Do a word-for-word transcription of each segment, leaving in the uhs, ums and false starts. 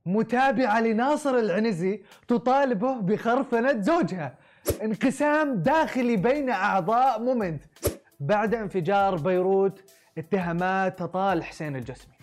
متابعة لناصر العنزي تطالبه بخرفنة زوجها. انقسام داخلي بين أعضاء مومنت بعد انفجار بيروت. اتهامات تطال حسين الجسمي.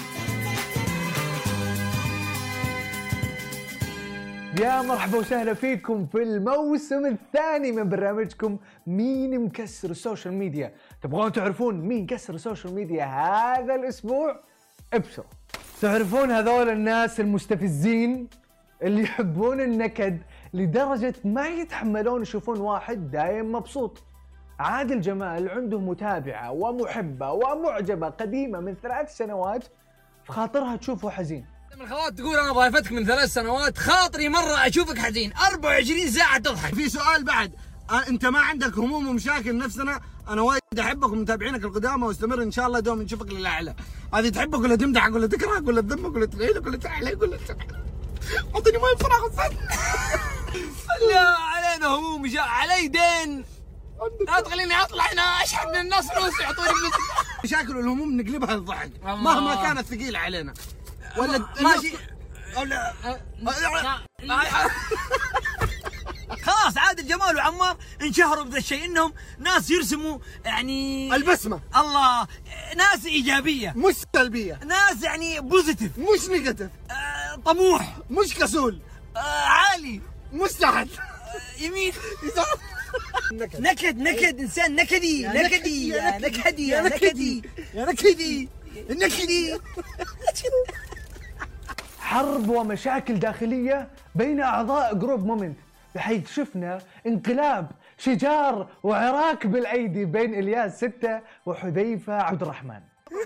يا مرحبا وسهلا فيكم في الموسم الثاني من برنامجكم مين مكسر السوشيال ميديا. تبغون تعرفون مين كسر السوشيال ميديا هذا الأسبوع؟ ابشروا. تعرفون هذول الناس المستفزين اللي يحبون النكد لدرجة ما يتحملون يشوفون واحد دايم مبسوط. عادل جمال عنده متابعة ومحبة ومعجبة قديمة من ثلاث سنوات في خاطرها تشوفه حزين. من الخوات تقول انا ضايفتك من ثلاث سنوات، خاطري مرة اشوفك حزين، أربعة وعشرين ساعة تضحك. في سؤال بعد، أه انت ما عندك هموم ومشاكل نفسنا؟ انا وايد احبك ومتابعينك القدامى واستمر ان شاء الله دوم نشوفك للاعلى. هذه تحبك ولا تمدحك ولا تكرهك ولا تذمك ولا تغيلك ولا تعليك ولا اعطيني ماي بسرعة غصان. لا علينا هموم مشا... علي دين، لا تخليني اطلع هنا اشحن من الناس فلوس يعطوني فلوس. مشاكل والهموم نقلبها للضحك مهما كانت ثقيلة علينا. ولا ماشي ولا خلاص. عادل جمال وعمار انشهروا بذا الشيء، انهم ناس يرسموا يعني البسمة، الله، ناس ايجابيه مش سلبيه، ناس يعني بوزيتيف مش نيجاتيف، آه طموح مش كسول، آه عالي مش تحت، آه يمين نكد نكد نكد انسان نكدي نكدي يا نكدي يا نكدي يا نكدي نكدي. حرب ومشاكل داخلية بين أعضاء جروب مومنت، بحيث شفنا انقلاب شجار وعراك بالأيدي بين إلياس ستة وحذيفة عبد الرحمن.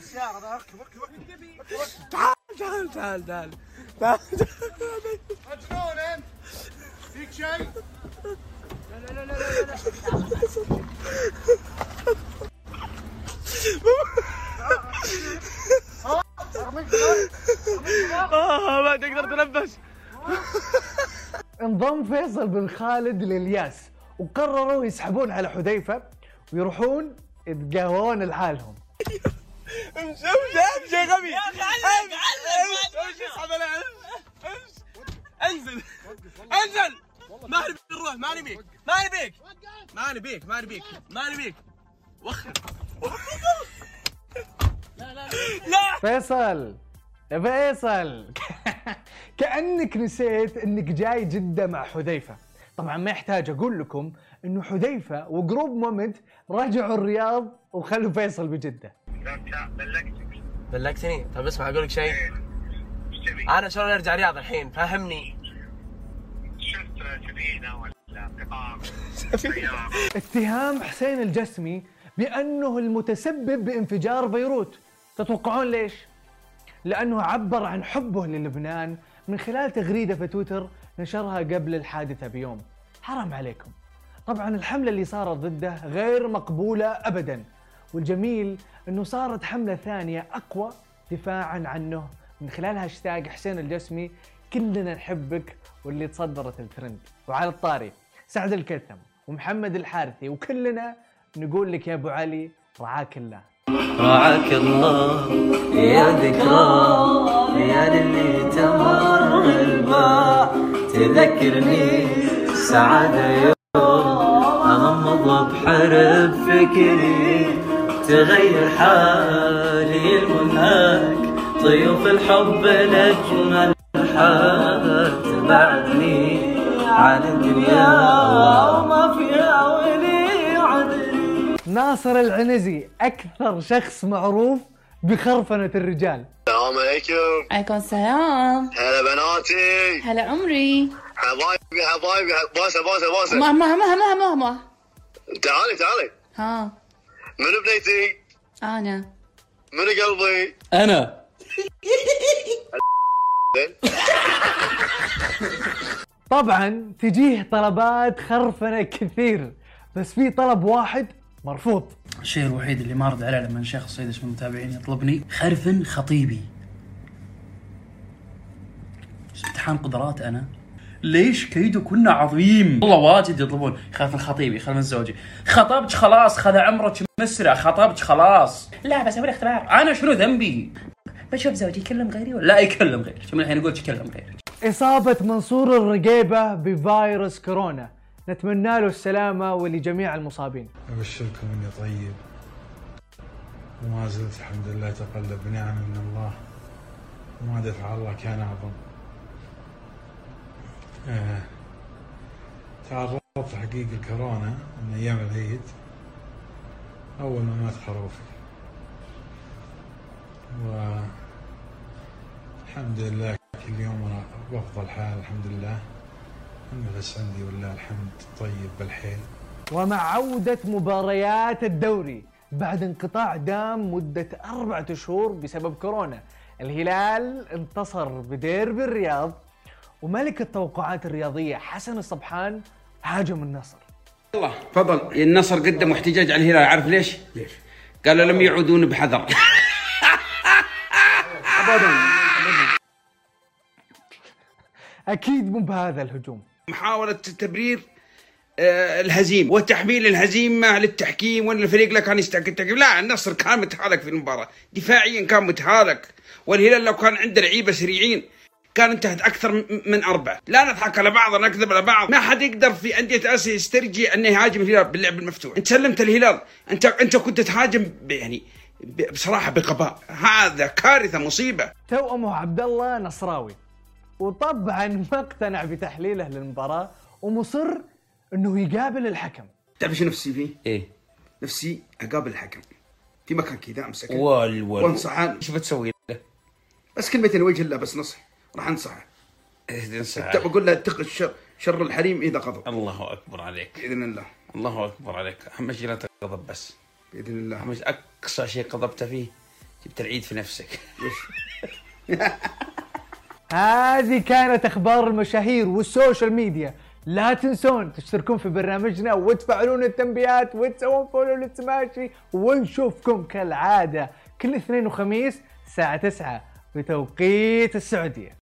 تعال تعال تعال تعال تعال مجنون انت؟ فيك شيء؟ لا لا لا لا لا اه ما تقدر تنفس. انضم فيصل بن خالد لإلياس وقرروا يسحبون على حذيفة ويروحون يتقهوون لحالهم. امشي امشي امشي يا غبي. يا اخي علق علق امشي اسحب على انزل انزل. ما نبيك نروح، ما نبيك ما نبيك ما نبيك ما نبيك ما نبيك. وخر لا لا لا. فيصل يا فيصل كأنك نسيت انك جاي جدة مع حذيفة. طبعا ما يحتاج اقول لكم انه حذيفة وجروب مومنت رجعوا الرياض وخلوا فيصل بجدة. بلغتك بلغتني؟ طيب اسمع اقول لك شيء، ايش تبي؟ انا شلون ارجع الرياض الحين؟ فهمني. شفت سفينة ولا قطار؟ اتهام حسين الجسمي بانه المتسبب بانفجار بيروت. تتوقعون ليش؟ لانه عبر عن حبه للبنان من خلال تغريدة في تويتر نشرها قبل الحادثة بيوم. حرام عليكم. طبعا الحملة اللي صارت ضده غير مقبولة ابدا، والجميل انه صارت حملة ثانية اقوى دفاعا عنه من خلال هاشتاج حسين الجسمي كلنا نحبك، واللي تصدرت الترند. وعلى الطاري سعد الكلثم ومحمد الحارثي وكلنا نقول لك يا ابو علي رعاك الله. رعاك الله يا ذكرى ليالي اللي تمر الباع، تذكرني سعادة يوم أغمض بحرب فكري، تغير حالي المنهك طيوف الحب لأجمل حال، تبعدني عن الدنيا وما فيها ولي عدلي. ناصر العنزي أكثر شخص معروف بخرفنة الرجال. السلام عليكم. عليكم السلام. هلا بناتي. هلا عمري. حبايبي حبايبي باسه باسه باسه. ما ما ما ما ما ما تعالي تعالي. ها منو بنيتي؟ أنا. منو قلبي؟ انا طبعا تجيه طلبات خرفنة كثير، بس في طلب واحد مرفوض. الشيء الوحيد اللي ما رد عليه لما شخص سيد اسمه المتابعين يطلبني خرفن خطيبي. امتحان قدرات انا. ليش كيده كنا عظيم؟ والله واجد يطلبون خرفن خطيبي خرفن زوجي. خطبتك خلاص، خذ عمرك مسرع، خطبتك خلاص. لا بس اسوي اختبار. انا شنو ذنبي؟ بشوف زوجي يكلم غيري ولا لا يكلم غيري، شو من الحين يقول يكلم غيري. إصابة منصور الرقيبة بفيروس كورونا، نتمنى له السلامة ولجميع المصابين. أبشركم إني طيب وما زلت الحمد لله أتقلب بنعم من الله، وما دفع الله كان أعظم. آه. تعرضت حقيقة الكورونا من أيام العيد أول ما مات خروفي، والحمد لله كل يوم أنا بأفضل حال الحمد لله، النفس عندي ولله الحمد طيب بالحيل. ومع عودة مباريات الدوري بعد انقطاع دام مدة أربعة شهور بسبب كورونا، الهلال انتصر بديربي الرياض، وملك التوقعات الرياضية حسن الصبحان هاجم النصر. الله تفضل. النصر قدم احتجاج على الهلال، عارف ليش؟ ليش؟ قالوا لم يعودون بحذر. أكيد مو بهذا الهجوم. محاولة تبرير آه الهزيمة وتحميل الهزيمة للتحكيم وان الفريق لا كان يستحق التحكيم. لا، النصر كان متهالك في المباراة، دفاعيا كان متهالك، والهلال لو كان عنده لعيبة سريعين كان انتهت اكثر من اربعه. لا نضحك على بعض، نكذب على بعض، ما حد يقدر في انديه اسيا يسترجي انه يهاجم الهلال باللعب المفتوح. انت سلمت الهلال، انت انت كنت تهاجم يعني بصراحه بغباء، هذا كارثه مصيبه. توأمه عبد الله نصراوي، وطبعا ما اقتنع بتحليله للمباراه ومصر انه يقابل الحكم. تعرف شو نفسي فيه؟ ايه؟ نفسي اقابل الحكم في مكان كذا امسك وال وال وانصحه. ايش بتسوي له؟ بس كلمتين وجه الله، بس نصح راح انصحه. انصحه بقول له اتق الشر، شر الحريم اذا غضب. الله اكبر عليك باذن الله. الله اكبر عليك. اهم شيء لا تغضب بس باذن الله. أهم شيء اقصى شيء غضبت فيه جبت العيد في نفسك. هذه كانت اخبار المشاهير والسوشيال ميديا. لا تنسون تشتركون في برنامجنا وتفعلون التنبيهات وتسوون فولو للسماشي، ونشوفكم كالعادة كل اثنين وخميس الساعة تسعة بتوقيت السعودية.